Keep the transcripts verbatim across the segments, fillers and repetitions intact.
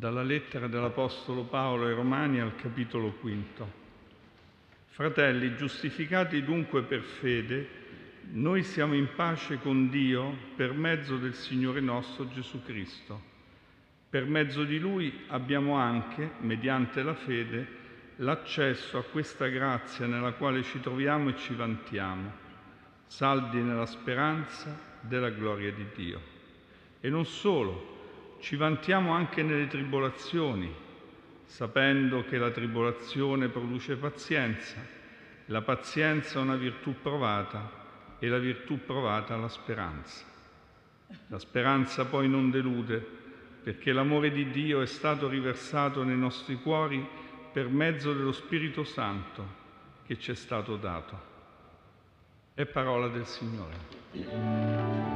Dalla lettera dell'Apostolo Paolo ai Romani al capitolo quinto. Fratelli, giustificati dunque per fede, noi siamo in pace con Dio per mezzo del Signore nostro Gesù Cristo. Per mezzo di Lui abbiamo anche, mediante la fede, l'accesso a questa grazia nella quale ci troviamo e ci vantiamo, saldi nella speranza della gloria di Dio. E non solo, ci vantiamo anche nelle tribolazioni, sapendo che la tribolazione produce pazienza, la pazienza una virtù provata e la virtù provata la speranza. La speranza poi non delude, perché l'amore di Dio è stato riversato nei nostri cuori per mezzo dello Spirito Santo che ci è stato dato. È parola del Signore.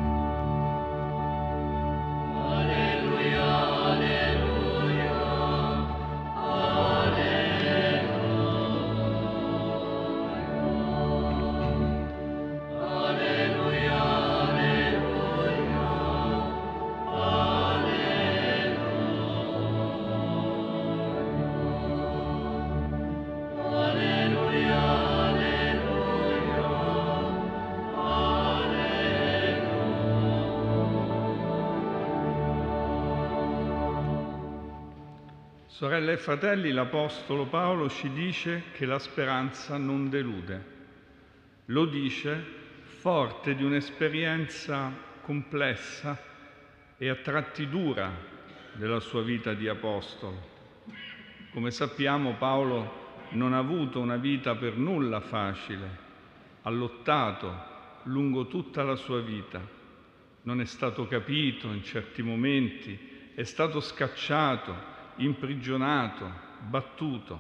Sorelle e fratelli, l'Apostolo Paolo ci dice che la speranza non delude. Lo dice forte di un'esperienza complessa e a tratti dura della sua vita di apostolo. Come sappiamo, Paolo non ha avuto una vita per nulla facile, ha lottato lungo tutta la sua vita, non è stato capito in certi momenti, è stato scacciato, imprigionato, battuto,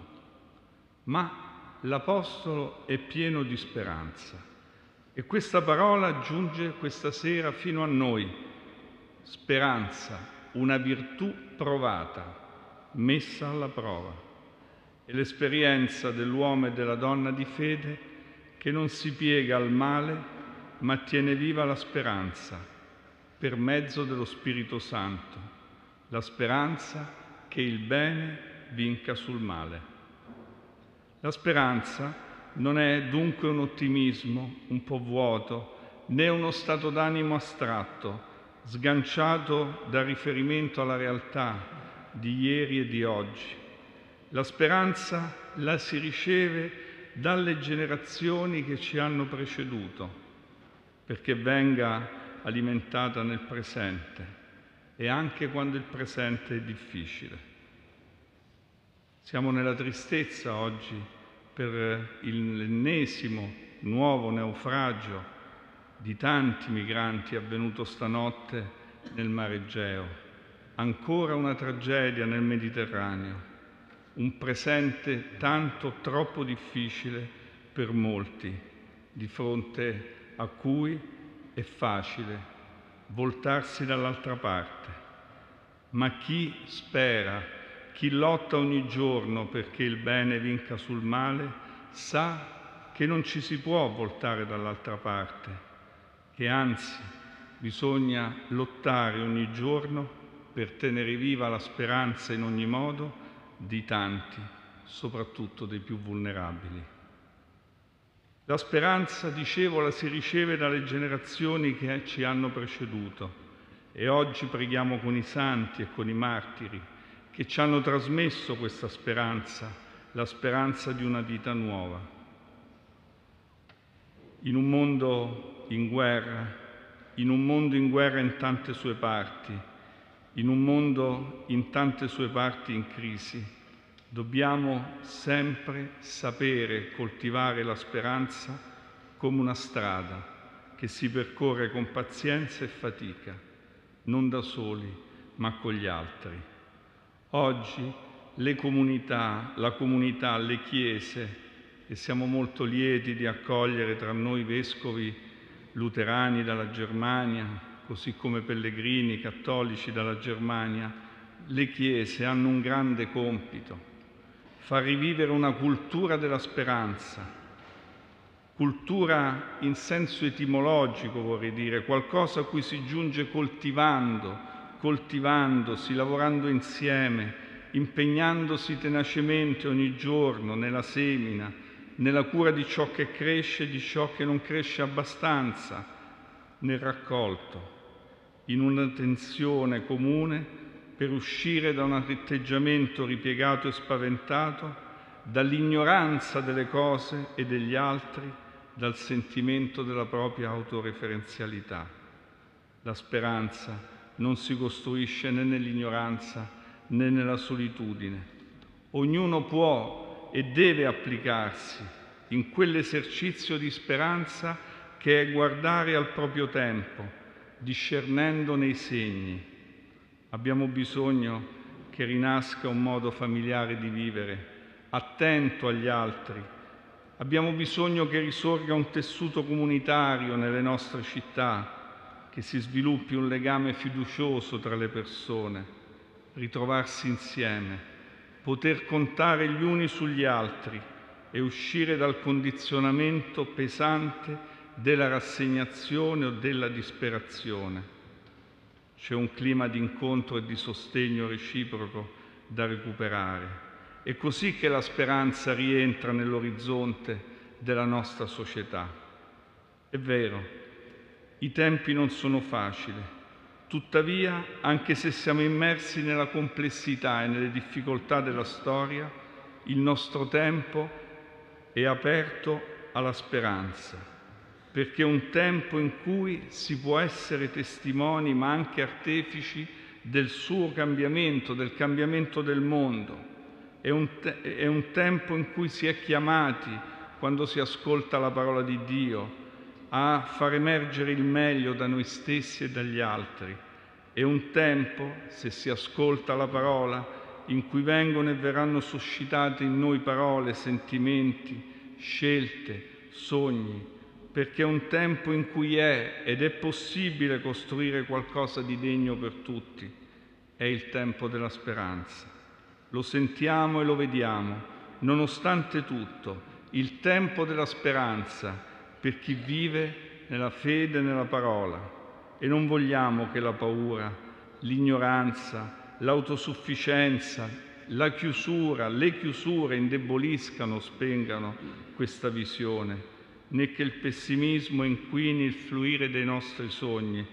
ma l'Apostolo è pieno di speranza e questa parola giunge questa sera fino a noi. Speranza, una virtù provata, messa alla prova. È l'esperienza dell'uomo e della donna di fede che non si piega al male, ma tiene viva la speranza per mezzo dello Spirito Santo, la speranza che il bene vinca sul male. La speranza non è dunque un ottimismo un po' vuoto, né uno stato d'animo astratto, sganciato dal riferimento alla realtà di ieri e di oggi. La speranza la si riceve dalle generazioni che ci hanno preceduto, perché venga alimentata nel presente e anche quando il presente è difficile. Siamo nella tristezza oggi per l'ennesimo nuovo naufragio di tanti migranti avvenuto stanotte nel Mare Egeo. Ancora una tragedia nel Mediterraneo, un presente tanto troppo difficile per molti, di fronte a cui è facile voltarsi dall'altra parte. Ma chi spera, chi lotta ogni giorno perché il bene vinca sul male, sa che non ci si può voltare dall'altra parte, che anzi bisogna lottare ogni giorno per tenere viva la speranza in ogni modo di tanti, soprattutto dei più vulnerabili. La speranza, dicevo, la si riceve dalle generazioni che ci hanno preceduto e oggi preghiamo con i santi e con i martiri che ci hanno trasmesso questa speranza, la speranza di una vita nuova. In un mondo in guerra, in un mondo in guerra in tante sue parti, in un mondo in tante sue parti in crisi, dobbiamo sempre sapere coltivare la speranza come una strada che si percorre con pazienza e fatica, non da soli, ma con gli altri. Oggi le comunità, la comunità, le chiese, e siamo molto lieti di accogliere tra noi vescovi luterani dalla Germania, così come pellegrini cattolici dalla Germania, le chiese hanno un grande compito: far rivivere una cultura della speranza, cultura in senso etimologico vorrei dire, qualcosa a cui si giunge coltivando, coltivandosi, lavorando insieme, impegnandosi tenacemente ogni giorno nella semina, nella cura di ciò che cresce e di ciò che non cresce abbastanza, nel raccolto, in una tensione comune per uscire da un atteggiamento ripiegato e spaventato, dall'ignoranza delle cose e degli altri, dal sentimento della propria autoreferenzialità. La speranza non si costruisce né nell'ignoranza né nella solitudine. Ognuno può e deve applicarsi in quell'esercizio di speranza che è guardare al proprio tempo, discernendo nei segni. Abbiamo bisogno che rinasca un modo familiare di vivere, attento agli altri. Abbiamo bisogno che risorga un tessuto comunitario nelle nostre città, che si sviluppi un legame fiducioso tra le persone, ritrovarsi insieme, poter contare gli uni sugli altri e uscire dal condizionamento pesante della rassegnazione o della disperazione. C'è un clima di incontro e di sostegno reciproco da recuperare. È così che la speranza rientra nell'orizzonte della nostra società. È vero, i tempi non sono facili, tuttavia, anche se siamo immersi nella complessità e nelle difficoltà della storia, il nostro tempo è aperto alla speranza, perché è un tempo in cui si può essere testimoni ma anche artefici del suo cambiamento, del cambiamento del mondo. È un, te- è un tempo in cui si è chiamati, quando si ascolta la parola di Dio, a far emergere il meglio da noi stessi e dagli altri. È un tempo, se si ascolta la parola, in cui vengono e verranno suscitate in noi parole, sentimenti, scelte, sogni, perché è un tempo in cui è ed è possibile costruire qualcosa di degno per tutti. È il tempo della speranza. Lo sentiamo e lo vediamo, nonostante tutto, il tempo della speranza per chi vive nella fede e nella parola. E non vogliamo che la paura, l'ignoranza, l'autosufficienza, la chiusura, le chiusure indeboliscano o spengano questa visione, né che il pessimismo inquini il fluire dei nostri sogni.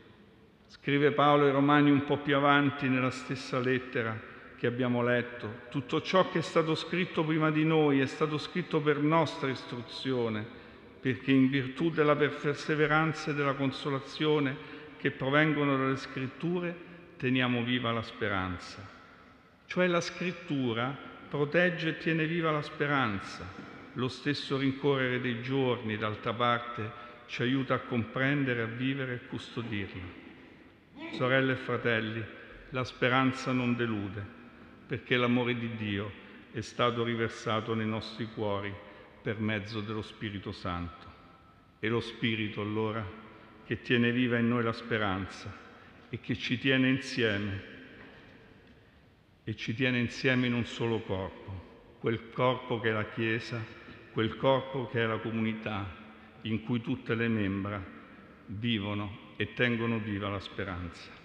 Scrive Paolo ai Romani un po' più avanti nella stessa lettera che abbiamo letto: tutto ciò che è stato scritto prima di noi è stato scritto per nostra istruzione, perché in virtù della perseveranza e della consolazione che provengono dalle Scritture teniamo viva la speranza. Cioè la Scrittura protegge e tiene viva la speranza. Lo stesso rincorrere dei giorni, d'altra parte, ci aiuta a comprendere, a vivere e custodirla. Sorelle e fratelli, la speranza non delude, perché l'amore di Dio è stato riversato nei nostri cuori per mezzo dello Spirito Santo. È lo Spirito, allora, che tiene viva in noi la speranza e che ci tiene insieme, e ci tiene insieme in un solo corpo, quel corpo che è la Chiesa, quel corpo che è la comunità, in cui tutte le membra vivono e tengono viva la speranza.